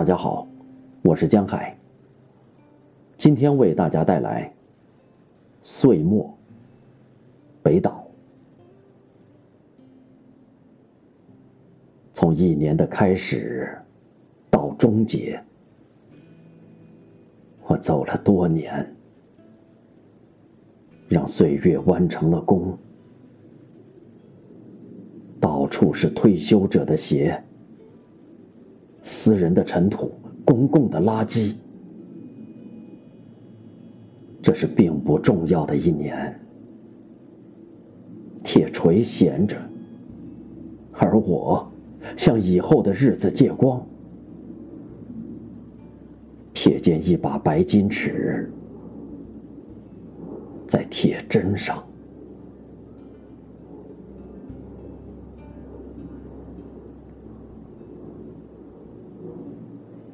大家好，我是江海。今天为大家带来岁末北岛。从一年的开始到终结，我走了多年，让岁月弯成了弓，到处是退休者的鞋，私人的尘土，公共的垃圾。这是并不重要的一年，铁锤闲着，而我向以后的日子借光，瞥见一把白金尺在铁砧上。